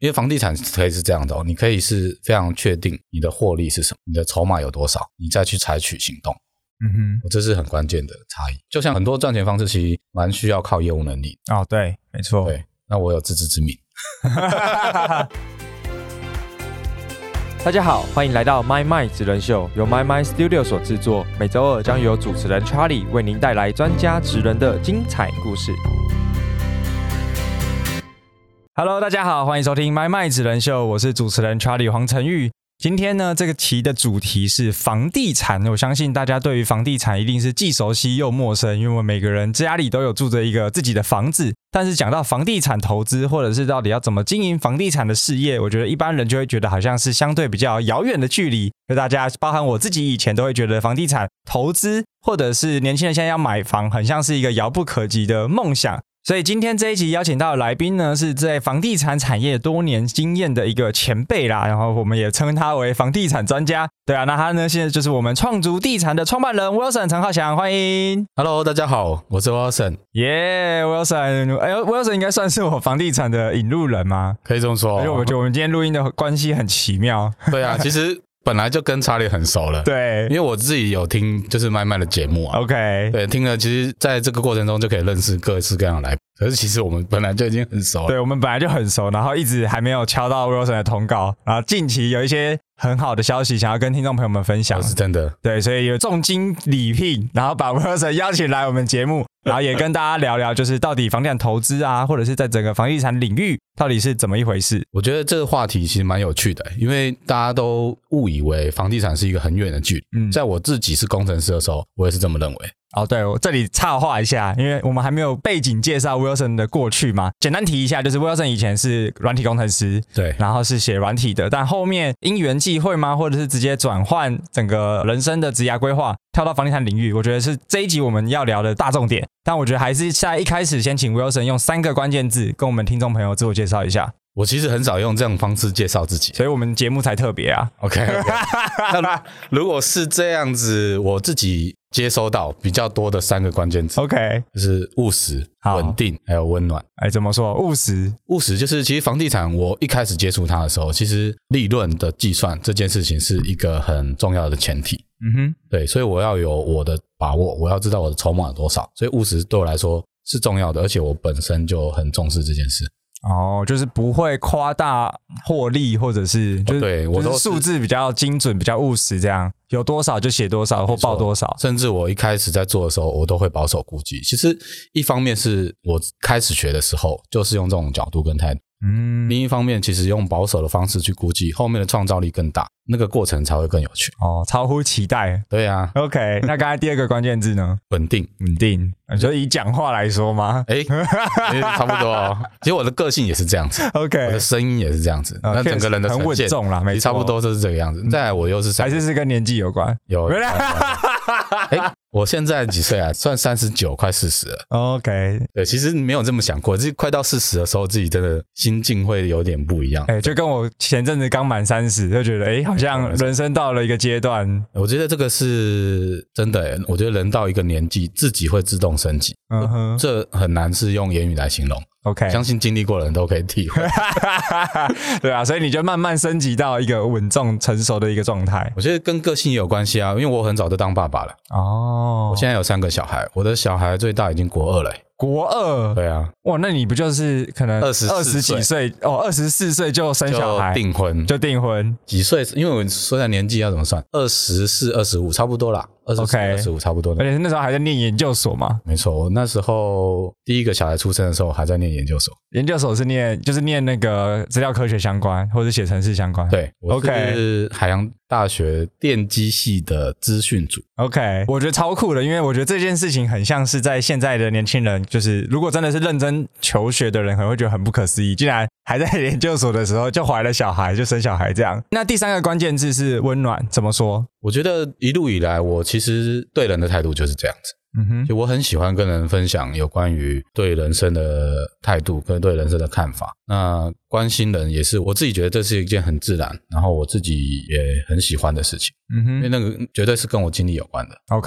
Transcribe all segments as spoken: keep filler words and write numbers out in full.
因为房地产可以是这样的哦，你可以是非常确定你的获利是什么，你的筹码有多少，你再去采取行动。 嗯哼， 这是很关键的差异。就像很多赚钱方式其实蛮需要靠业务能力。 哦，对，没错。 对，那我有自知之明。 大家好，欢迎来到 My Mind 职人秀，由 My Mind Studio 所制作。每周二将由主持人 Charlie 为您带来专家职人的精彩故事。 Hello， 大家好，欢迎收听 My Mind 职人秀，我是主持人 Charlie 黄承玉。今天呢，这个期的主题是房地产。我相信大家对于房地产一定是既熟悉又陌生，因为我们每个人家里都有住着一个自己的房子。但是讲到房地产投资，或者是到底要怎么经营房地产的事业，我觉得一般人就会觉得好像是相对比较遥远的距离。就大家，包含我自己以前都会觉得房地产投资，或者是年轻人现在要买房，很像是一个遥不可及的梦想。所以今天这一集邀请到的来宾呢，是在房地产产业多年经验的一个前辈啦，然后我们也称他为房地产专家。对啊，那他呢现在就是我们创筑地产的创办人 Wilson 陈浩翔，欢迎。 Hello， 大家好，我是 Wilson。 耶、yeah, Wilson， 哎 ，Wilson 应该算是我房地产的引路人吗？ 可以这么说。 而且我觉得我们今天录音的关系很奇妙。 对啊，其实本来就跟查理很熟了。 对， 因为我自己有听就是麦麦的节目啊。 OK， 对，听了，其实在这个过程中就可以认识各式各样的来宾。可是其实我们本来就已经很熟了。 对，我们本来就很熟，然后一直还没有敲到 Wilson 的通告，然后近期有一些很好的消息想要跟听众朋友们分享。 是真的。 对，所以有重金礼聘，然后把 Wilson 邀请来我们节目，然后也跟大家聊聊，就是到底房地产投资啊，或者是在整个房地产领域到底是怎么一回事。 我觉得这个话题其实蛮有趣的，因为大家都误以为房地产是一个很远的距离。嗯，在我自己是工程师的时候，我也是这么认为。 哦，对，我这里插话一下，因为我们还没有背景介绍 Wilson 的过去嘛，简单提一下，就是 Wilson 以前是软体工程师， 对， 然后是写软体的，但后面因缘际会吗，或者是直接转换整个人生的职涯规划，跳到房地产领域，我觉得是这一集我们要聊的大重点。但我觉得还是在一开始先请 Wilson 用三个关键字跟我们听众朋友自我介绍一下。 我其实很少用这种方式介绍自己， 所以我们节目才特别啊。 OK，, okay 那如果是这样子，我自己接收到比较多的三个关键字 ，OK， 就是务实、稳定还有温暖。 哎，怎么说？务实， 务实就是其实房地产，我一开始接触它的时候，其实利润的计算这件事情是一个很重要的前提。嗯哼，对，所以我要有我的把握，我要知道我的筹码有多少，所以务实对我来说是重要的，而且我本身就很重视这件事。 哦，就是不会夸大获利，或者是就是、哦、 对我都就是数字比较精准，比较务实，这样有多少就写多少或报多少。 甚至我一开始在做的时候，我都会保守估计。其实一方面是我开始学的时候就是用这种角度跟态度，嗯，另一方面其实用保守的方式去估计，后面的创造力更大，那个过程才会更有趣。 哦，超乎期待。 对啊 ，OK， 那刚才第二个关键字呢？ 稳定， 稳定。你说以讲话来说吗？ 哎、欸欸，差不多哦。其实我的个性也是这样子 ，OK， 我的声音也是这样子，那、哦、整个人的呈现很稳重啦，没错， 差不多就是这个样子。再来，我又是还是是跟年纪有关， 有。哎、欸，我现在几岁啊？算三十九，快四十了。 OK， 对，其实没有这么想过，就是快到四十的时候，自己真的心境会有点不一样。 哎、欸，就跟我前阵子刚满三十，就觉得哎、欸，好像人生到了一个阶段。 我觉得这个是真的、欸，我觉得人到一个年纪，自己会自动升级。嗯哼，这很难是用言语来形容。 OK， 相信经历过的人都可以体会。 对啊，所以你就慢慢升级到一个稳重成熟的一个状态。 我觉得跟个性也有关系啊，因为我很早就当爸爸了。哦，我现在有三个小孩，我的小孩最大已经国二了、欸。 国二， 对啊， 哇，那你不就是可能二十二十几岁哦，二十四岁就生小孩， 就订婚， 就订婚， 几岁？因为我说在年纪要怎么算？二十四、二十五，差不多啦。二十四、二十五差不多的。 而且那时候还在念研究所嘛？ 没错，我那时候第一个小孩出生的时候还在念研究所。 研究所是念就是念那个资料科学相关，或者写程式相关。 对，我是海洋大学电机系的资讯组。 OK， 我觉得超酷的，因为我觉得这件事情很像是在现在的年轻人，就是如果真的是认真求学的人，可能会觉得很不可思议，竟然还在研究所的时候就怀了小孩，就生小孩这样。那第三个关键字是温暖，怎么说？ 我觉得一路以来，我其实对人的态度就是这样子。嗯哼，就我很喜欢跟人分享有关于对人生的态度跟对人生的看法。那关心人也是我自己觉得这是一件很自然，然后我自己也很喜欢的事情。嗯哼，因为那个绝对是跟我经历有关的。 OK，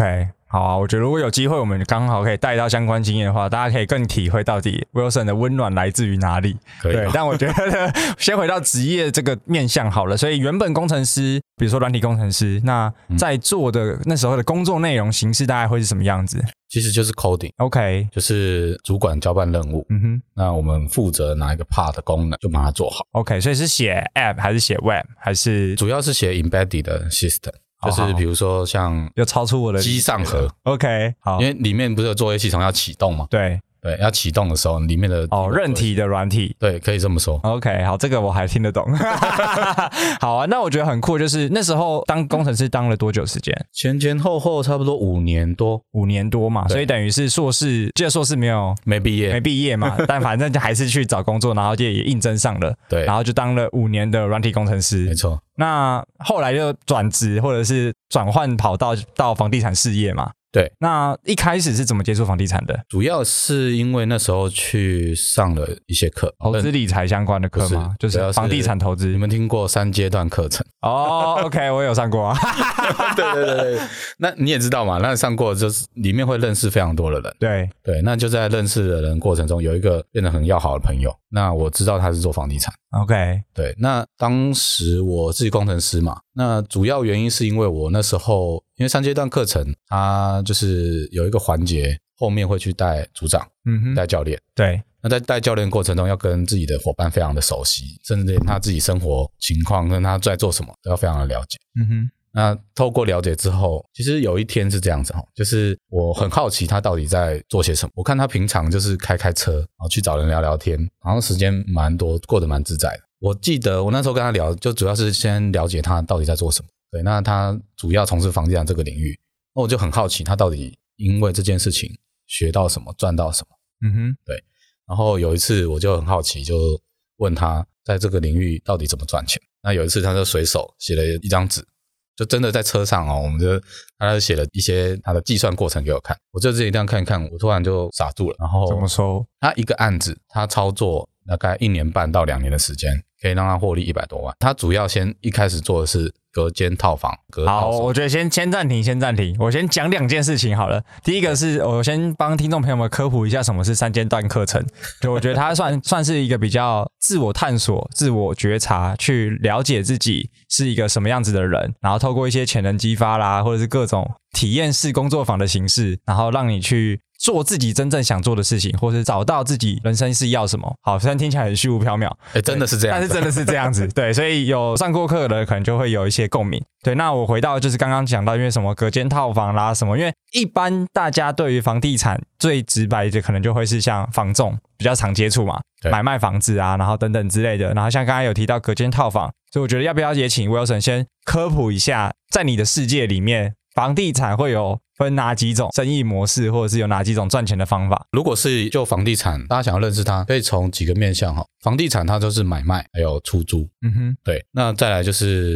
好啊，我觉得如果有机会，我们刚好可以带到相关经验的话，大家可以更体会到底 Wilson 的温暖来自于哪里。 可以、哦。 对，但我觉得先回到职业这个面向好了。所以原本工程师，比如说软体工程师，那在做的那时候的工作内容形式大概会是什么样子？ 其实就是 coding。OK， 就是主管交办任务，嗯哼，那我们负责哪一个 part 的功能就把它做好。 OK， 所以是写 app 还是写 web 还是？ 主要是写 embedded 的 system。就是比如说像又超出我的机上盒 ，OK， 好， 因为里面不是有作业系统要启动嘛， 对对，要启动的时候，里面的哦，韧体的软体， 对，可以这么说 ，OK， 好，这个我还听得懂，好啊，那我觉得很酷，就是那时候当工程师当了多久时间？ 前前后后差不多五年多， 五年多嘛，所以等于是硕士，记得硕士没有没毕业， 没毕业嘛，但反正还是去找工作，然后就也应征上了， 对， 然后就当了五年的软体工程师， 没错。 那后来就转职或者是转换跑道到房地产事业嘛？ 对。 那一开始是怎么接触房地产的？ 主要是因为那时候去上了一些课， 投资理财相关的课吗？是就是房地产投资。 你们听过三阶段课程？ 哦 ，OK， 我有上过啊。 对对对对，那你也知道嘛？那上过就是里面会认识非常多的人。 对对，那就在认识的人过程中，有一个变得很要好的朋友。那我知道他是做房地产。 OK， 对，那当时我是工程师嘛，那主要原因是因为我那时候因为三阶段课程，它就是有一个环节后面会去带组长，嗯哼，带教练， 对。 那在带教练过程中，要跟自己的伙伴非常的熟悉，甚至连他自己生活情况跟他在做什么都要非常的了解。嗯哼，那透过了解之后，其实有一天是这样子，就是我很好奇他到底在做些什么。我看他平常就是开开车，然后去找人聊聊天，好像时间蛮多，过得蛮自在的。我记得我那时候跟他聊，就主要是先了解他到底在做什么。对，那他主要从事房地产这个领域，那我就很好奇他到底因为这件事情学到什么，赚到什么。嗯哼，对。然后有一次我就很好奇，就问他在这个领域到底怎么赚钱。那有一次他就随手写了一张纸，就真的在车上哦，我们就他就写了一些他的计算过程给我看，我就自己这样看一看，我突然就傻住了。然后怎么说？ 他一个案子，他操作大概一年半到两年的时间，可以让他获利一百多万。他主要先一开始做的是隔间套房，隔好，我觉得先先暂停，先暂停。我先讲两件事情好了。第一个是我先帮听众朋友们科普一下什么是三阶段课程。就我觉得它算算是一个比较自我探索、自我觉察，去了解自己是一个什么样子的人，然后透过一些潜能激发啦，或者是各种体验式工作坊的形式，然后让你去做自己真正想做的事情，或是找到自己人生是要什么。好，虽然听起来很虚无缥缈， 欸，真的是这样， 但是真的是这样子。对，所以有上过课的可能就会有一些共鸣。对，那我回到就是刚刚讲到，因为什么隔间套房啦什么，因为一般大家对于房地产最直白的可能就会是像房仲比较常接触嘛，买卖房子啊，然后等等之类的。然后像刚才有提到隔间套房，所以我觉得要不要也请 Wilson 先科普一下，在你的世界里面，房地产会有分哪几种生意模式，或者是有哪几种赚钱的方法？ 如果是就房地产，大家想要认识它，可以从几个面向哈。房地产它就是买卖还有出租，嗯哼，对。那再来就是，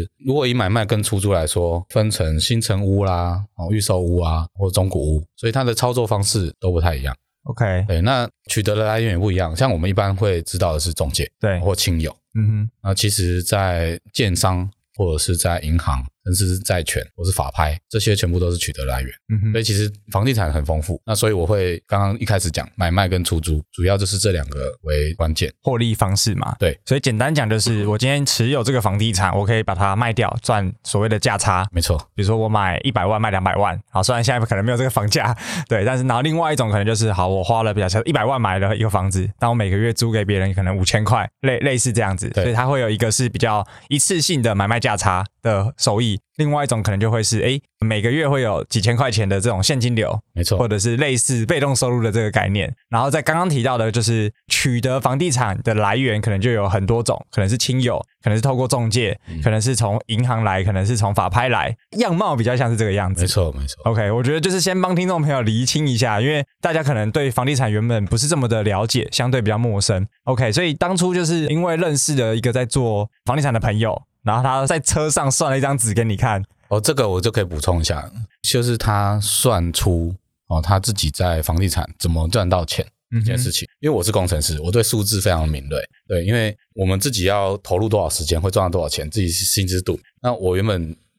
如果以买卖跟出租来说，分成新成屋啦、预售屋啊，或中古屋，所以它的操作方式都不太一样。 OK， 对，那取得的来源也不一样。像我们一般会知道的是中介， 对， 或亲友，嗯哼。那其实，在建商或者是在银行，甚至是债权或是法拍，这些全部都是取得来源。嗯哼，所以其实房地产很丰富。那所以我会刚刚一开始讲买卖跟出租，主要就是这两个为关键获利方式嘛。 对， 所以简单讲就是，我今天持有这个房地产，我可以把它卖掉，赚所谓的价差。 没错， 比如说我买一百万卖两百万，好，虽然现在可能没有这个房价，对，但是然后另外一种可能就是，好，我花了比较一百万买了一个房子，但我每个月租给别人可能五千块，类类似这样子，所以它会有一个是比较一次性的买卖价差的收益。另外一种可能就会是，诶，每个月会有几千块钱的这种现金流， 没错， 或者是类似被动收入的这个概念。然后在刚刚提到的，就是取得房地产的来源，可能就有很多种，可能是亲友，可能是透过中介，嗯、可能是从银行来，可能是从法拍来，样貌比较像是这个样子。 没错，没错。 OK， 我觉得就是先帮听众朋友厘清一下，因为大家可能对房地产原本不是这么的了解，相对比较陌生。OK， 所以当初就是因为认识了一个在做房地产的朋友，然后他在车上算了一张纸给你看。 哦，这个我就可以补充一下，就是他算出哦他自己在房地产怎么赚到钱这件事情。嗯、因为我是工程师，我对数字非常敏锐。对，因为我们自己要投入多少时间，会赚到多少钱，自己是心知肚。那我原本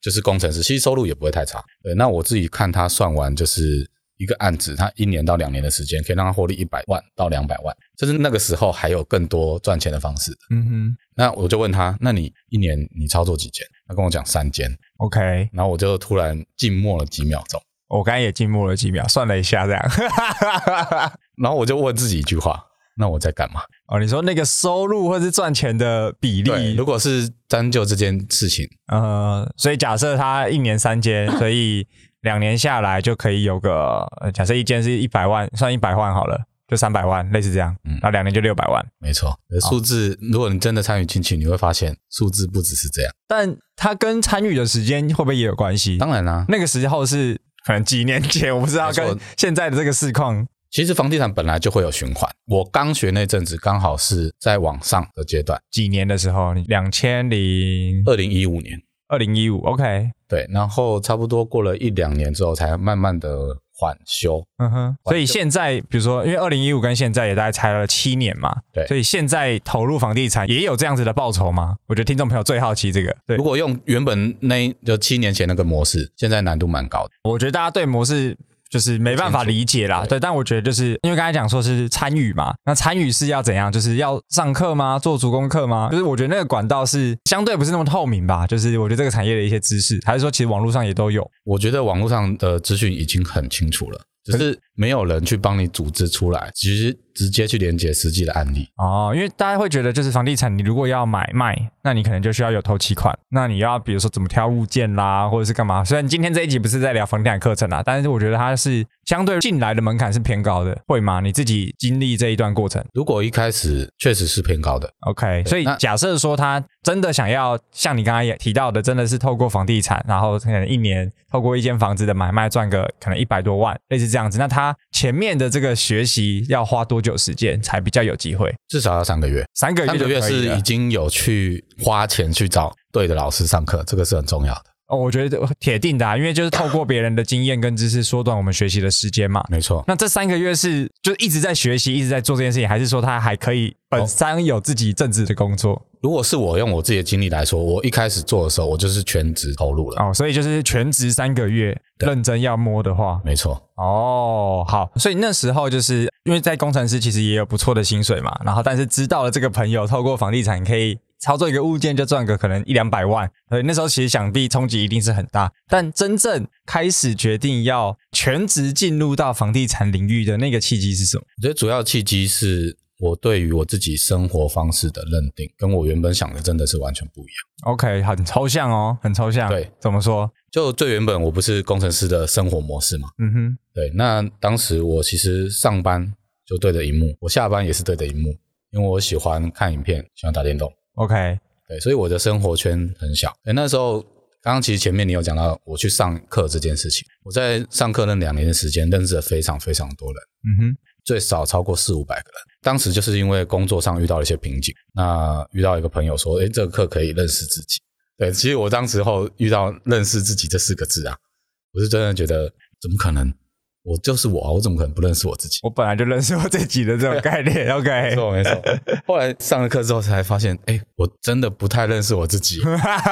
就是工程师，其实收入也不会太差。对，那我自己看他算完，就是一个案子，他一年到两年的时间，可以让他获利一百万到两百万，就是那个时候还有更多赚钱的方式。嗯哼，那我就问他，那你一年你操作几间？他跟我讲三间。 OK， 然后我就突然静默了几秒钟。 我刚才也静默了几秒，算了一下这样。 然后我就问自己一句话，那我在干嘛？ 哦，你说那个收入或是赚钱的比例， 如果是单就这件事情， 呃，所以假设他一年三间，所以两年下来就可以有个，呃、假设一间是一百万，算一百万好了，就三百万，类似这样，嗯，然后两年就六百万， 没错。数字，如果你真的参与进去，你会发现数字不只是这样。 但它跟参与的时间会不会也有关系？ 当然啦、啊， 那个时候是可能几年前，我不知道跟现在的这个市况。 其实房地产本来就会有循环，我刚学那阵子刚好是在往上的阶段。 几年的时候？两千零二零一五年。 二零一五 OK。 对，然后差不多过了一两年之后才慢慢的缓修。 嗯哼。所以现在比如说因为二零一五跟现在也大概才了七年嘛， 对， 所以现在投入房地产也有这样子的报酬吗？我觉得听众朋友最好奇这个。对， 如果用原本那就七年前那个模式，现在难度蛮高的。 我觉得大家对模式就是没办法理解啦， 对, 对，但我觉得就是因为刚才讲说是参与嘛，那参与是要怎样？就是要上课吗？做足功课吗？就是我觉得那个管道是相对不是那么透明吧，就是我觉得这个产业的一些知识，还是说其实网络上也都有？ 我觉得网络上的资讯已经很清楚了，只是没有人去帮你组织出来，其实直接去连接实际的案例。 哦，因为大家会觉得就是房地产你如果要买卖，那你可能就需要有头期款，那你要比如说怎么挑物件啦，或者是干嘛。虽然今天这一集不是在聊房地产课程啦，但是我觉得它是相对进来的门槛是偏高的，会吗？你自己经历这一段过程？ 如果一开始确实是偏高的。 OK， 所以假设说他真的想要像你刚才也提到的，真的是透过房地产，然后可能一年透过一间房子的买卖赚个可能一百多万，类似这样子，那他前面的这个学习要花多久时间才比较有机会？ 至少要三个月。 三个月就可以了。 三个月是已经有去花钱去找对的老师上课，这个是很重要的。 哦，我觉得铁定的啊，因为就是透过别人的经验跟知识缩短我们学习的时间嘛。 没错。 那这三个月是就一直在学习，一直在做这件事情，还是说他还可以本身有自己正职的工作？ 如果是我用我自己的经历来说，我一开始做的时候，我就是全职投入了。 哦，所以就是全职三个月，认真要摸的话， 没错。 哦，好，所以那时候就是因为在工程师其实也有不错的薪水嘛，然后但是知道了这个朋友透过房地产可以操作一个物件就赚个可能一两百万，所以那时候其实想必冲击一定是很大。但真正开始决定要全职进入到房地产领域的那个契机是什么？ 我觉得主要契机是我对于我自己生活方式的认定，跟我原本想的真的是完全不一样。 OK， 很抽象哦，很抽象。 对， 怎么说？ 就最原本我不是工程师的生活模式嘛。 嗯哼。 对，那当时我其实上班就对着萤幕，我下班也是对着萤幕，因为我喜欢看影片，喜欢打电动。 OK。 对，所以我的生活圈很小。对，那时候刚刚其实前面你有讲到我去上课这件事情，我在上课那两年的时间认识了非常非常多人。 嗯哼。 最少超过四五百个人。当时就是因为工作上遇到了一些瓶颈，那遇到一个朋友说，诶，这个课可以认识自己。对，其实我当时候遇到认识自己这四个字啊，我是真的觉得怎么可能，我就是我啊，我怎么可能不认识我自己？ 我本来就认识我自己的这种概念。OK， 没错没错。后来上了课之后才发现，诶，我真的不太认识我自己。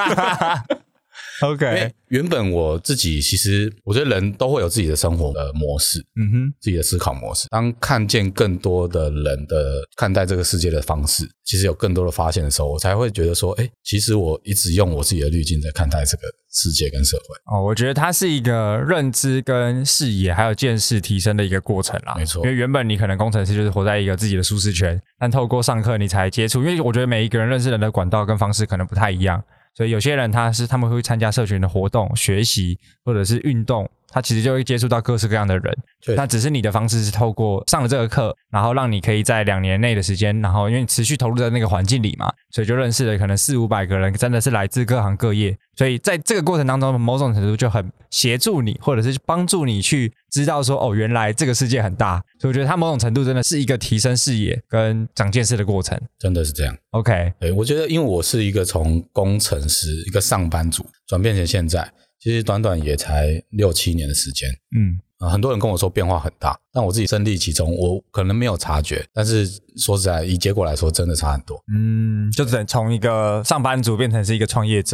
OK， 因为原本我自己其实我觉得人都会有自己的生活的模式， 嗯哼， 自己的思考模式。当看见更多的人的看待这个世界的方式，其实有更多的发现的时候，我才会觉得说，诶，其实我一直用我自己的滤镜在看待这个世界跟社会。 哦，我觉得它是一个认知跟视野还有见识提升的一个过程啦。 没错， 因为原本你可能工程师就是活在一个自己的舒适圈，但透过上课你才接触，因为我觉得每一个人认识人的管道跟方式可能不太一样。所以有些人他是他们会参加社群的活动、学习或者是运动，他其实就会接触到各式各样的人。那只是你的方式是透过上了这个课，然后让你可以在两年内的时间，然后因为你持续投入在那个环境里嘛，所以就认识了可能四五百个人，真的是来自各行各业。所以在这个过程当中，某种程度就很协助你，或者是帮助你去知道说，哦，原来这个世界很大。所以我觉得它某种程度真的是一个提升视野跟长见识的过程。 真的是这样。 OK， 对，我觉得因为我是一个从工程师一个上班族转变成现在，其实短短也才六七年的时间。 嗯。 呃、很多人跟我说变化很大，但我自己身历其中，我可能没有察觉，但是说实在以结果来说真的差很多。 嗯，就从一个上班族变成是一个创业者嘛。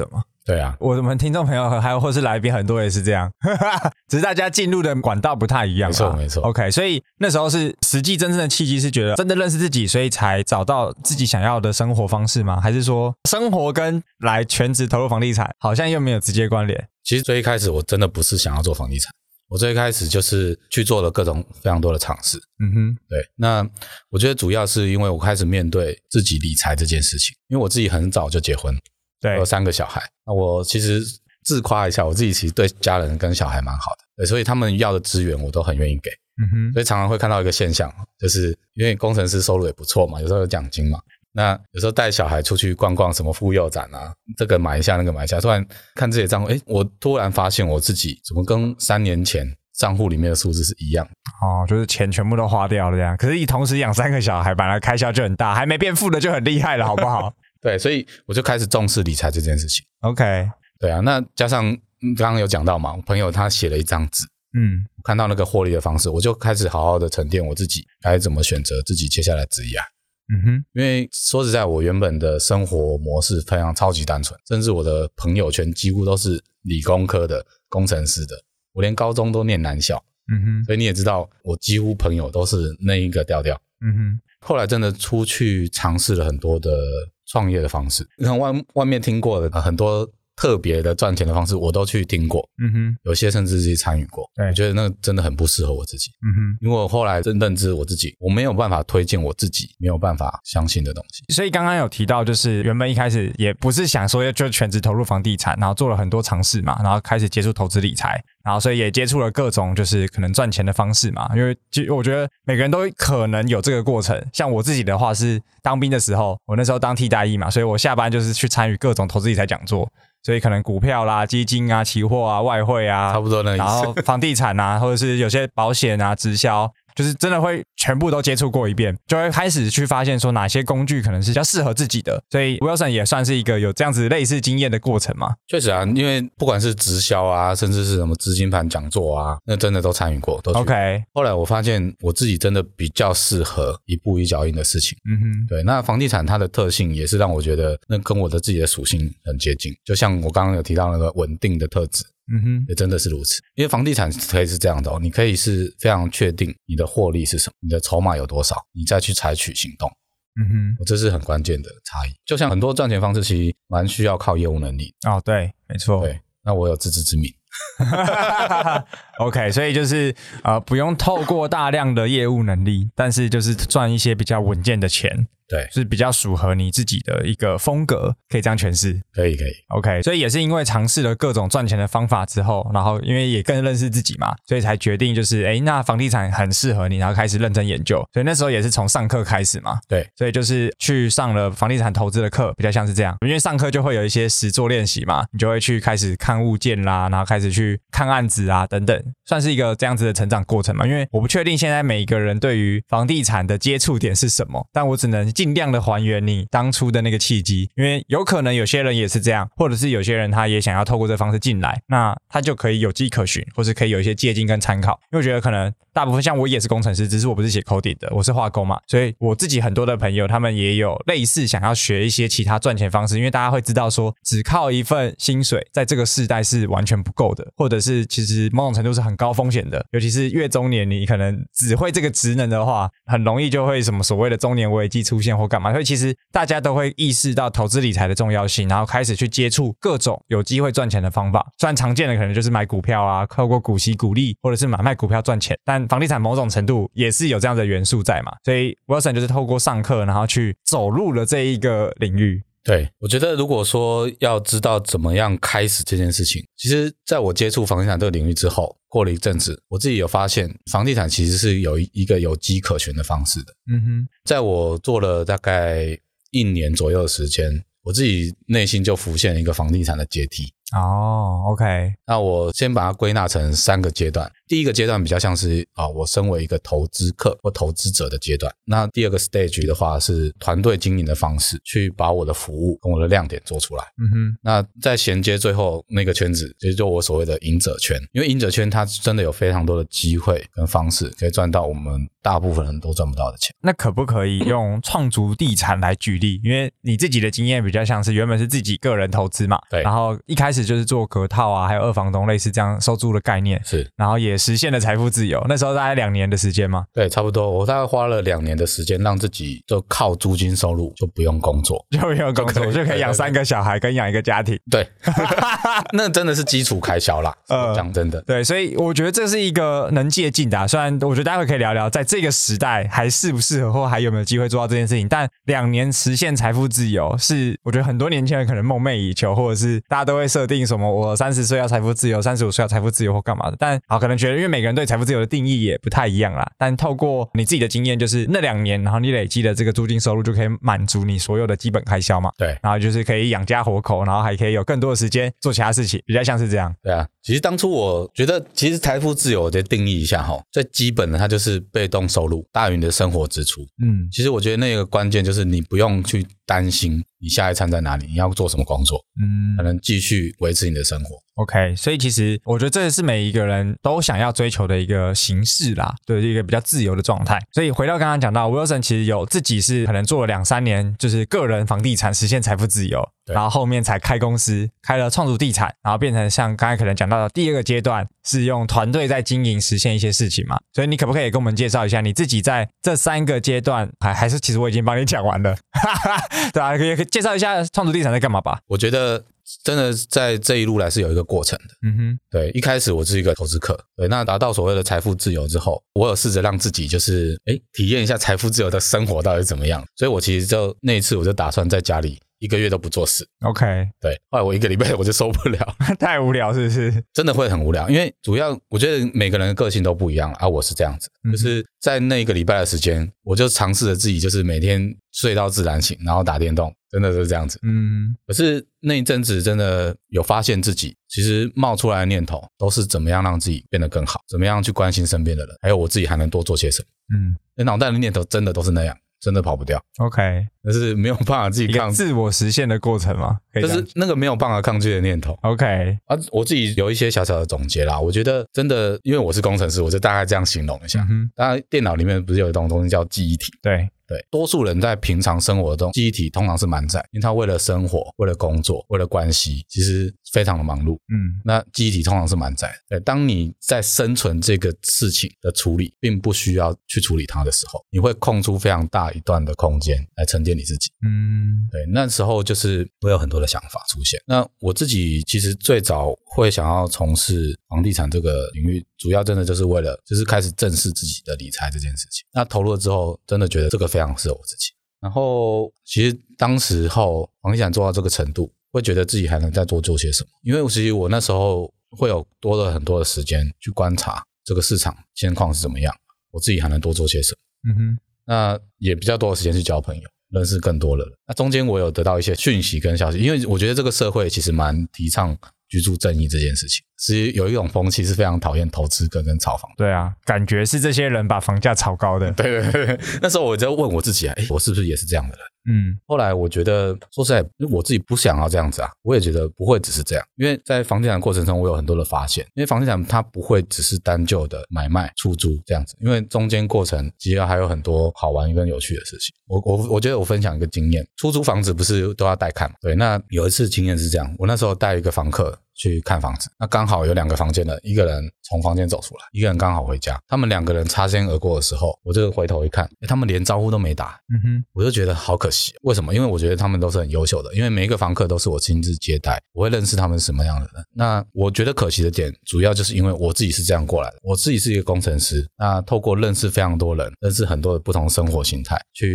对啊， 我们听众朋友还有或是来宾很多也是这样，只是大家进入的管道不太一样。 没错没错。 OK， 所以那时候是实际真正的契机是觉得真的认识自己，所以才找到自己想要的生活方式吗？还是说生活跟来全职投入房地产好像又没有直接关联？ 其实最一开始我真的不是想要做房地产，我最一开始就是去做了各种非常多的尝试。 嗯哼， 对，那我觉得主要是因为我开始面对自己理财这件事情，因为我自己很早就结婚， 对， 有三个小孩。那我其实自夸一下，我自己其实对家人跟小孩蛮好的，对，所以他们要的资源我都很愿意给。 嗯哼， 所以常常会看到一个现象，就是因为工程师收入也不错嘛，有时候有奖金嘛，那有时候带小孩出去逛逛什么妇幼展啊，这个买一下那个买一下，突然看自己的账户，诶，我突然发现我自己怎么跟三年前账户里面的数字是一样。 哦，就是钱全部都花掉了这样。可是你同时养三个小孩，本来开销就很大，还没变富的就很厉害了，好不好？ 对，所以我就开始重视理财这件事情。 OK， 对啊，那加上刚刚有讲到嘛，我朋友他写了一张纸， 嗯， 看到那个获利的方式，我就开始好好的沉淀我自己该怎么选择自己接下来职业。 嗯哼， 因为说实在，我原本的生活模式非常超级单纯，甚至我的朋友圈几乎都是理工科的工程师的，我连高中都念男校。 嗯哼， 所以你也知道，我几乎朋友都是那一个调调。 嗯哼， 后来真的出去尝试了很多的创业的方式，你看外外面听过的很多特别的赚钱的方式我都去听过， 嗯哼， 有些甚至是参与过。 对， 我觉得那真的很不适合我自己。 嗯哼， 因为我后来真认知我自己，我没有办法推荐我自己没有办法相信的东西。 所以刚刚有提到，就是原本一开始也不是想说就全职投入房地产，然后做了很多尝试嘛，然后开始接触投资理财，然后所以也接触了各种就是可能赚钱的方式嘛。因为我觉得每个人都可能有这个过程。像我自己的话是当兵的时候，我那时候当替代役嘛，所以我下班就是去参与各种投资理财讲座。所以可能股票啦、基金啊、期货啊、外汇啊， 差不多那意思。 然后房地产啊，或者是有些保险啊、直销，就是真的会全部都接触过一遍，就会开始去发现说哪些工具可能是比较适合自己的。所以 Wilson 也算是一个有这样子类似经验的过程嘛。 确实啊，因为不管是直销啊，甚至是什么资金盘讲座啊，那真的都参与过，都去。 OK。 后来我发现我自己真的比较适合一步一脚印的事情。 嗯哼，对。 那房地产它的特性也是让我觉得那跟我的自己的属性很接近，就像我刚刚有提到那个稳定的特质。 嗯哼， 也真的是如此。因为房地产可以是这样的哦，你可以是非常确定你的获利是什么，你的筹码有多少，你再去采取行动。 嗯哼， 这是很关键的差异。就像很多赚钱方式其实蛮需要靠业务能力。 哦，对，没错。 对，那我有自知之明。 OK， 所以就是呃不用透过大量的业务能力，但是就是赚一些比较稳健的钱。 对， 是比较符合你自己的一个风格，可以这样诠释。 可以可以 OK， 所以也是因为尝试了各种赚钱的方法之后，然后因为也更认识自己嘛，所以才决定就是诶那房地产很适合你，然后开始认真研究。所以那时候也是从上课开始嘛。 对， 所以就是去上了房地产投资的课，比较像是这样。因为上课就会有一些实作练习嘛，你就会去开始看物件啦，然后开始去看案子啊等等，算是一个这样子的成长过程嘛。因为我不确定现在每一个人对于房地产的接触点是什么，但我只能尽量的还原你当初的那个契机，因为有可能有些人也是这样，或者是有些人他也想要透过这方式进来，那他就可以有迹可循，或是可以有一些借鉴跟参考。因为我觉得可能大部分像我也是工程师，只是我不是写 coding 的，我是化工嘛，所以我自己很多的朋友他们也有类似想要学一些其他赚钱方式，因为大家会知道说只靠一份薪水在这个世代是完全不够的，或者是其实某种程度是很高风险的，尤其是越中年你可能只会这个职能的话，很容易就会什么所谓的中年危机出现或干嘛。所以其实大家都会意识到投资理财的重要性，然后开始去接触各种有机会赚钱的方法。虽然常见的可能就是买股票啊，透过股息股利或者是买卖股票赚钱，但房地产某种程度也是有这样的元素在嘛。所以 Wilson 就是透过上课然后去走入了这一个领域。 对，我觉得如果说要知道怎么样开始这件事情，其实在我接触房地产这个领域之后，过了一阵子，我自己有发现房地产其实是有一个有迹可循的方式的。 嗯哼， 在我做了大概一年左右的时间，我自己内心就浮现了一个房地产的阶梯。 哦 OK， 那我先把它归纳成三个阶段。第一个阶段比较像是啊，我身为一个投资客或投资者的阶段。那第二个 stage 的话是团队经营的方式，去把我的服务跟我的亮点做出来。嗯哼，那再衔接最后那个圈子，其实就我所谓的赢者圈。因为赢者圈它真的有非常多的机会跟方式，可以赚到我们大部分人都赚不到的钱。 那可不可以用创筑地产来举例？因为你自己的经验比较像是原本是自己个人投资嘛， 对， 然后一开始就是做隔套啊，还有二房东类似这样收租的概念， 是，然后也实现了财富自由。那时候大概两年的时间吗？ 对，差不多。我大概花了两年的时间，让自己就靠租金收入，就不用工作， 就不用工作就可以养三个小孩跟养一个家庭。 对，那真的是基础开销啦。讲、呃、真的， 对，所以我觉得这是一个能借鉴的、啊。虽然我觉得待会可以聊聊，在这个时代还适不适合，或还有没有机会做到这件事情。但两年实现财富自由，是我觉得很多年轻人可能梦寐以求，或者是大家都会设定什么，我三十岁要财富自由，三十五岁要财富自由或干嘛的。但好，可能觉得因为每个人对财富自由的定义也不太一样啦。但透过你自己的经验，就是那两年，然后你累积的这个租金收入就可以满足你所有的基本开销嘛。 对， 然后就是可以养家活口，然后还可以有更多的时间做其他事情，比较像是这样。 对啊，其实当初我觉得，其实财富自由的定义一下齁，最基本的它就是被动收入大于你的生活支出。嗯，其实我觉得那个关键就是你不用去担心你下一餐在哪里，你要做什么工作，嗯，可能继续维持你的生活。 OK， 所以其实我觉得这是每一个人都想要追求的一个形式啦，对，一个比较自由的状态。所以回到刚刚讲到 Wilson 其实有自己是可能做了两三年，就是个人房地产实现财富自由，然后后面才开公司，开了创筑地产，然后变成像刚才可能讲到的第二个阶段是用团队在经营实现一些事情嘛。所以你可不可以跟我们介绍一下你自己在这三个阶段，还还是其实我已经帮你讲完了，对啊，可以介绍一下创筑地产在干嘛吧？ 我觉得真的在这一路来是有一个过程的。嗯哼，对，一开始我是一个投资客，对，那达到所谓的财富自由之后，我有试着让自己就是诶体验一下财富自由的生活到底是怎么样。所以我其实就那一次我就打算在家里一个月都不做事。 OK， 对，后来我一个礼拜我就受不了太无聊是不是？ 真的会很无聊，因为主要我觉得每个人的个性都不一样啊。我是这样子，嗯、就是在那一个礼拜的时间，我就尝试着自己就是每天睡到自然醒，然后打电动，真的是这样子。嗯，可是那一阵子真的有发现自己其实冒出来的念头都是怎么样让自己变得更好，怎么样去关心身边的人，还有我自己还能多做些什么。嗯，那脑袋的念头真的都是那样，真的跑不掉。 OK， 但是没有办法自己抗拒， 自我实现的过程吗？ 就是那个没有办法抗拒的念头。 OK， 啊，我自己有一些小小的总结啦。我觉得真的因为我是工程师，我就大概这样形容一下。嗯、当然电脑里面不是有一种东西叫记忆体。 对对，多数人在平常生活中记忆体通常是满载，因为他为了生活，为了工作，为了关系，其实非常的忙碌。嗯，那记忆体通常是满载的。对，当你在生存这个事情的处理并不需要去处理它的时候，你会空出非常大一段的空间来沉淀你自己。嗯，对，那时候就是会有很多的想法出现。那我自己其实最早会想要从事房地产这个领域，主要真的就是为了就是开始正视自己的理财这件事情。那投入了之后，真的觉得这个非常适合我自己。然后其实当时候房地产做到这个程度，会觉得自己还能再多做些什么。因为其实我那时候会有多了很多的时间去观察这个市场现况是怎么样，我自己还能多做些什么。嗯哼，那也比较多的时间去交朋友，认识更多人。那中间我有得到一些讯息跟消息，因为我觉得这个社会其实蛮提倡居住正义这件事情，是有一种风气是非常讨厌投资客跟炒房。 对啊，感觉是这些人把房价炒高的。 对对对，那时候我就问我自己啊，诶，我是不是也是这样的人？嗯，后来我觉得说实在，我自己不想要这样子啊，我也觉得不会只是这样。因为在房地产过程中我有很多的发现，因为房地产它不会只是单就的买卖出租这样子，因为中间过程其实还有很多好玩跟有趣的事情。我我我觉得我分享一个经验，出租房子不是都要带看吗？对，那有一次经验是这样，我那时候带一个房客去看房子，那刚好有两个房间的，一个人从房间走出来，一个人刚好回家，他们两个人擦肩而过的时候，我就回头一看，他们连招呼都没打。嗯哼，我就觉得好可惜。为什么？因为我觉得他们都是很优秀的，因为每一个房客都是我亲自接待，我会认识他们是什么样的人。那我觉得可惜的点主要就是因为我自己是这样过来的，我自己是一个工程师，那透过认识非常多人，认识很多的不同生活形态，去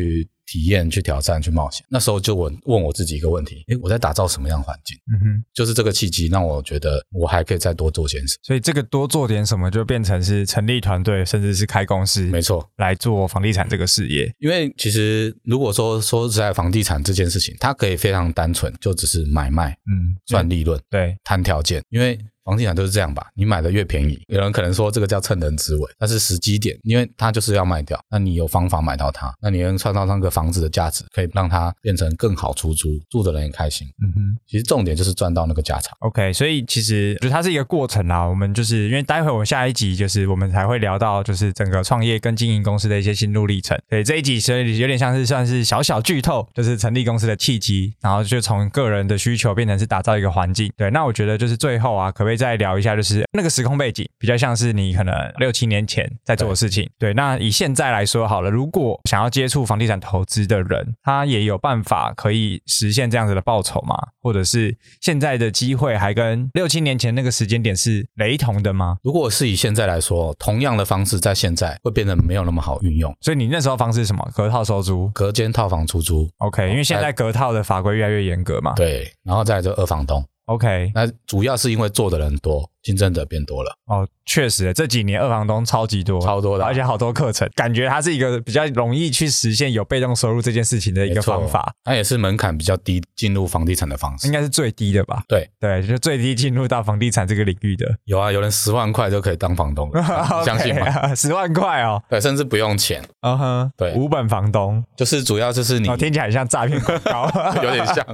体验、去挑战、去冒险。那时候就我问我自己一个问题，诶，我在打造什么样的环境？ 嗯哼， 就是这个契机让我觉得我还可以再多做些什么。 所以这个多做点什么就变成是成立团队，甚至是开公司， 没错， 来做房地产这个事业。 因为其实如果说说实在房地产这件事情，它可以非常单纯，就只是买卖， 嗯， 赚利润， 对， 谈条件，因为房地产都是这样吧，你买的越便宜，有人可能说这个叫趁人之危，但是时机点，因为它就是要卖掉，那你有方法买到它，那你能创造那个房子的价值，可以让它变成更好出租，住的人也开心。嗯哼，其实重点就是赚到那个价差。 OK， 所以其实我觉得它是一个过程啦。我们就是因为待会我们下一集就是我们才会聊到就是整个创业跟经营公司的一些心路历程。所以这一集所以有点像是算是小小剧透，就是成立公司的契机，然后就从个人的需求变成是打造一个环境。对，那我觉得就是最后啊，可不可以再聊一下就是那个时空背景，比较像是你可能六七年前在做的事情。对，对，那以现在来说好了，如果想要接触房地产投资的人，他也有办法可以实现这样子的报酬吗？或者是现在的机会还跟六七年前那个时间点是雷同的吗？ 如果是以现在来说，同样的方式在现在会变得没有那么好运用。 所以你那时候方式是什么？隔套收租， 隔间套房出租。 OK， 因为现在隔套的法规越来越严格嘛。 对，然后再来就二房东。 OK， 那主要是因为做的人多，竞争者变多了。 哦，确实，这几年二房东超级多， 超多的、啊， 而且好多课程，感觉它是一个比较容易去实现有被动收入这件事情的一个方法。 它也是门槛比较低进入房地产的方式， 应该是最低的吧？ 对对，就最低进入到房地产这个领域的。 有啊，有人十万块就可以当房东了，相信吗？ 十万块哦， 对，甚至不用钱。 嗯哼、uh-huh, 对， 无本房东， 就是主要就是你， 哦，听起来很像诈骗广告， 有点像。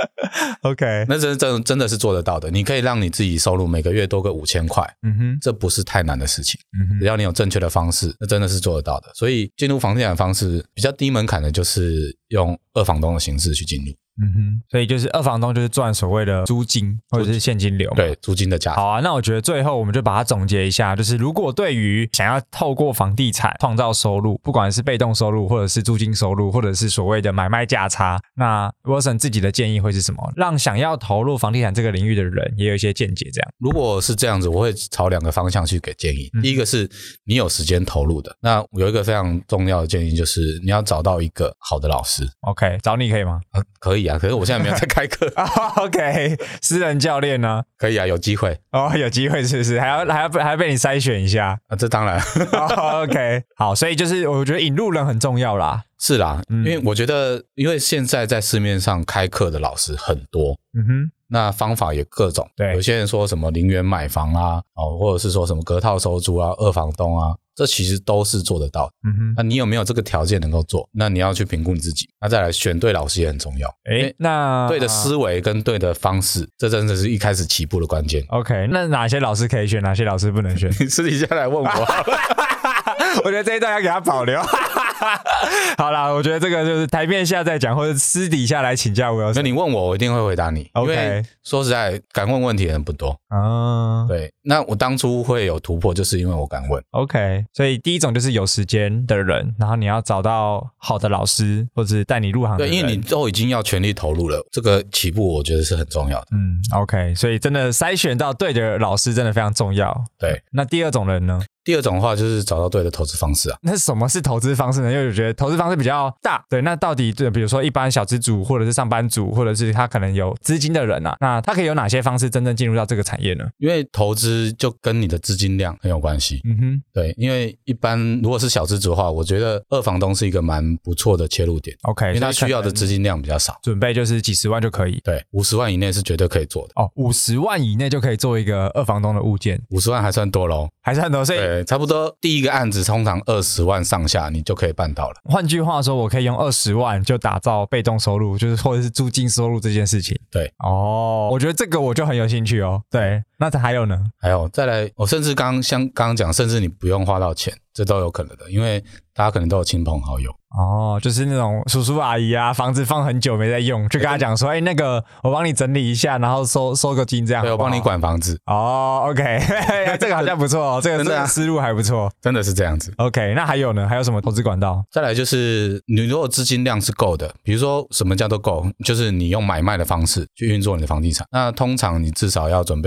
OK， 那真真真的是做得到的，你可以让你自己收入每个月多个五千块， 嗯哼， 这不是太难的事情， 嗯哼， 只要你有正确的方式，那真的是做得到的。所以进入房地产的方式比较低门槛的，就是用二房东的形式去进入。 嗯哼，所以就是二房东就是赚所谓的租金或者是现金流嘛， 对，租金的价值。 好啊，那我觉得最后我们就把它总结一下，就是如果对于想要透过房地产创造收入，不管是被动收入或者是租金收入，或者是所谓的买卖价差，那 Wilson 自己的建议会是什么？让想要投入房地产这个领域的人也有一些见解这样。 如果是这样子，我会朝两个方向去给建议。嗯、第一个是你有时间投入的，那有一个非常重要的建议就是你要找到一个好的老师。 OK， 找你可以吗？ 呃、可以啊，可是我现在没有在开课。 OK， 私人教练呢？ 可以啊，有机会哦，有机会是不是？还要还要还要被你筛选一下啊？这当然。 oh, OK， 好，所以就是我觉得引路人很重要啦。 是啦，嗯、因为我觉得，因为现在在市面上开课的老师很多， 嗯哼， 那方法也各种。 对， 有些人说什么零元买房啊，哦，或者是说什么隔套收租啊、二房东啊，这其实都是做得到的。 嗯哼， 那你有没有这个条件能够做？那你要去评估你自己。那再来选对老师也很重要。 诶，那对的思维跟对的方式，这真的是一开始起步的关键。 OK， 那哪些老师可以选，哪些老师不能选？ 你私底下来问我。 我觉得这一段要给他保留。好啦，我觉得这个就是台面下再讲，或者私底下来请教我。 那你问我，我一定会回答你。 OK， 因为说实在，敢问问题的人不多啊。 对，那我当初会有突破，就是因为我敢问。 OK， 所以第一种就是有时间的人，然后你要找到好的老师，或者是带你入行的人。 对，因为你都已经要全力投入了，这个起步我觉得是很重要的。 嗯 ，OK， 所以真的筛选到对的老师真的非常重要。 对， 那第二种人呢？ 第二种的话就是找到对的投资方式啊。 那什么是投资方式呢？因为我觉得投资方式比较大。对，那到底对，比如说一般小资主，或者是上班族，或者是他可能有资金的人啊，那他可以有哪些方式真正进入到这个产业呢？ 因为投资就跟你的资金量很有关系。 嗯哼， 对，因为一般如果是小资主的话，我觉得二房东是一个蛮不错的切入点。 OK， 因为他需要的资金量比较少， 准备就是几十万就可以。 对，五十万以内是绝对可以做的。 哦，五十万以内就可以做一个二房东的物件， 五十万还算多咯， 还是很多，所以对，差不多第一个案子通常二十万上下你就可以办到了。 换句话说，我可以用二十万就打造被动收入，就是或者是租金收入这件事情。 对， 哦，我觉得这个我就很有兴趣哦。对，那还有呢？ 还有再来，我甚至刚像刚刚讲，甚至你不用花到钱，这都有可能的，因为大家可能都有亲朋好友。 哦，就是那种叔叔阿姨啊，房子放很久没在用，就跟他讲说，哎、欸，那个我帮你整理一下，然后收收个金这样好不好。 对，我帮你管房子。 哦 ，OK， 这个好像不错哦，这个这个思路还不错， 真的是这样子。 OK， 那还有呢？还有什么投资管道？ 再来就是你如果资金量是够的，比如说什么叫做够，就是你用买卖的方式去运作你的房地产。那通常你至少要准备两百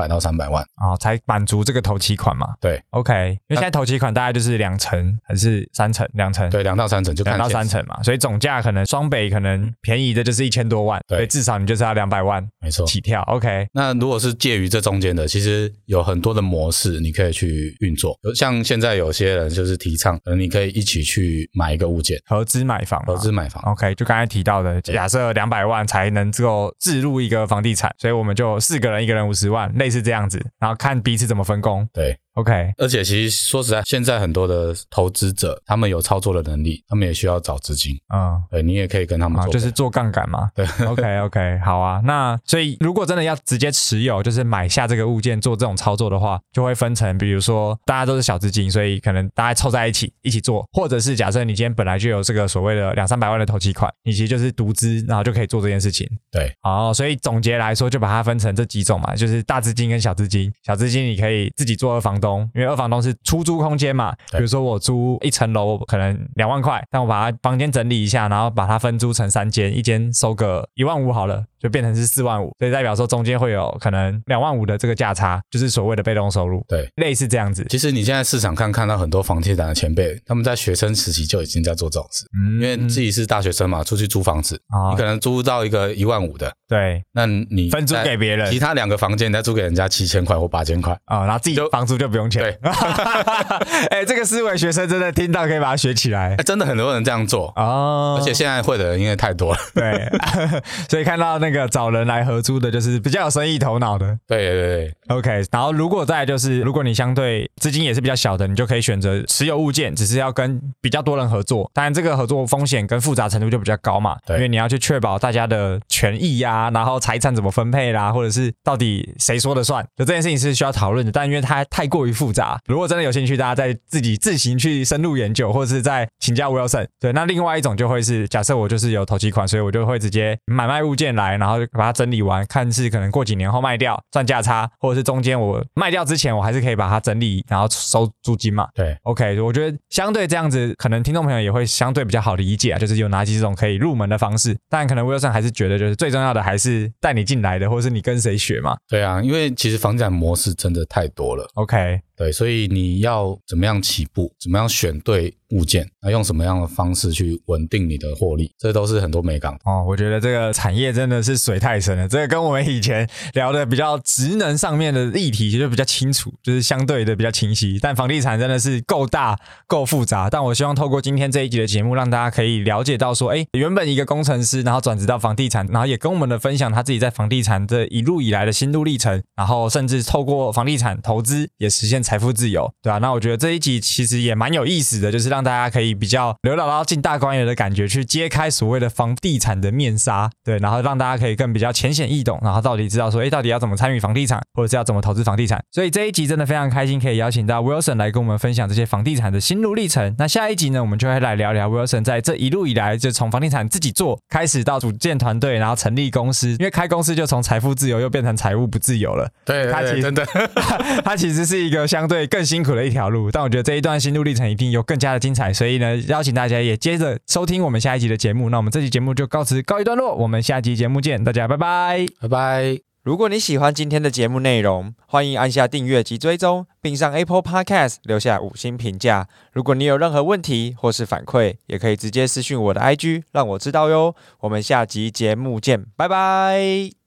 到三百万哦，才满足这个头期款嘛。 对 ，OK， 因为现在头期款大概就是两成还是三成？两成， 对，两到三成就看两到三成嘛，所以总价可能双北可能便宜的就是一千多万， 对， 所以至少你就是要两百万， 没错， 起跳。OK， 那如果是介于这中间的，其实有很多的模式你可以去运作，像现在有些人就是提倡，可能你可以一起去买一个物件， 合资买房， 合资买房。 OK， 就刚才提到的，假设两百万才能够置入一个房地产，所以我们就四个人，一个人五十万，类似这样子，然后看彼此怎么分工。 对。 OK， 而且其实说实在，现在很多的投资者，他们有操作的能力，他们也需要找资金。嗯，对，你也可以跟他们做、 啊，就是做杠杆嘛。 对 ，OK OK， 好啊。那所以如果真的要直接持有，就是买下这个物件做这种操作的话，就会分成，比如说大家都是小资金，所以可能大家凑在一起一起做，或者是假设你今天本来就有这个所谓的两三百万的头期款，你其实就是独资，然后就可以做这件事情。 对， 哦，所以总结来说，就把它分成这几种嘛，就是大资金跟小资金。小资金你可以自己做二房东，因为二房东是出租空间嘛，比如说我租一层楼可能两万块，但我把它房间整理一下，然后把它分租成三间，一间收个一万五好了，就变成是四万五，所以代表说中间会有可能两万五的这个价差，就是所谓的被动收入。 对， 类似这样子。 其实你现在市场看看到很多房地产的前辈，他们在学生时期就已经在做这种事，嗯，因为自己是大学生嘛，出去租房子，哦、你可能租到一个一万五的， 对， 那你分租给别人， 其他两个房间你再租给人家七千块或八千块啊、哦，然后自己房租就不用钱。 对。 哎、欸，这个思维学生真的听到可以把它学起来。 欸、真的很多人这样做哦，而且现在会的人因为太多了。 对，所以看到那个找人来合租的，就是比较有生意头脑的。 对对对 ，OK。然后如果再来就是，如果你相对资金也是比较小的，你就可以选择持有物件，只是要跟比较多人合作。当然，这个合作风险跟复杂程度就比较高嘛，因为你要去确保大家的权益啊，然后财产怎么分配啦，或者是到底谁说了算，就这件事情是需要讨论的。但因为它太过于复杂，如果真的有兴趣，大家再自己自行去深入研究，或者是再请教 Wilson。对，那另外一种就会是，假设我就是有头期款，所以我就会直接买卖物件来，然后把它整理完，看是可能过几年后卖掉赚价差，或者是中间我卖掉之前，我还是可以把它整理，然后收租金嘛。 对 ，OK， 我觉得相对这样子，可能听众朋友也会相对比较好理解啊，就是有哪几种可以入门的方式。但可能 Wilson 还是觉得，就是最重要的还是带你进来的，或者是你跟谁学嘛。 对啊，因为其实房地产模式真的太多了。 OK。 对，所以你要怎么样起步，怎么样选对物件，那用什么样的方式去稳定你的获利，这都是很多美感哦。我觉得这个产业真的是水太深了，这个跟我们以前聊的比较职能上面的议题就比较清楚，就是相对的比较清晰。但房地产真的是够大够复杂，但我希望透过今天这一集的节目，让大家可以了解到说，哎，原本一个工程师，然后转职到房地产，然后也跟我们的分享他自己在房地产这一路以来的心路历程，然后甚至透过房地产投资也实现财富自由，对啊，那我觉得这一集其实也蛮有意思的，就是让大家可以比较刘姥姥进大观园的感觉，去揭开所谓的房地产的面纱，对，然后让大家可以更比较浅显易懂，然后到底知道说，哎，到底要怎么参与房地产，或者是要怎么投资房地产。所以这一集真的非常开心，可以邀请到 Wilson 来跟我们分享这些房地产的心路历程。那下一集呢，我们就会来聊聊 Wilson 在这一路以来，就从房地产自己做开始到组建团队，然后成立公司，因为开公司就从财富自由又变成财务不自由了。 对，对， 它其实真的， 它其实是一个相对更辛苦的一条路，但我觉得这一段心路历程一定有更加的精彩，所以呢，邀请大家也接着收听我们下一集的节目。那我们这期节目就告辞告一段落，我们下集节目见，大家拜拜， 拜拜。 如果你喜欢今天的节目内容，欢迎按下订阅及追踪，并上 Apple Podcast 留下五星评价。如果你有任何问题或是反馈，也可以直接私讯我的 I G 让我知道哟。我们下集节目见，拜拜。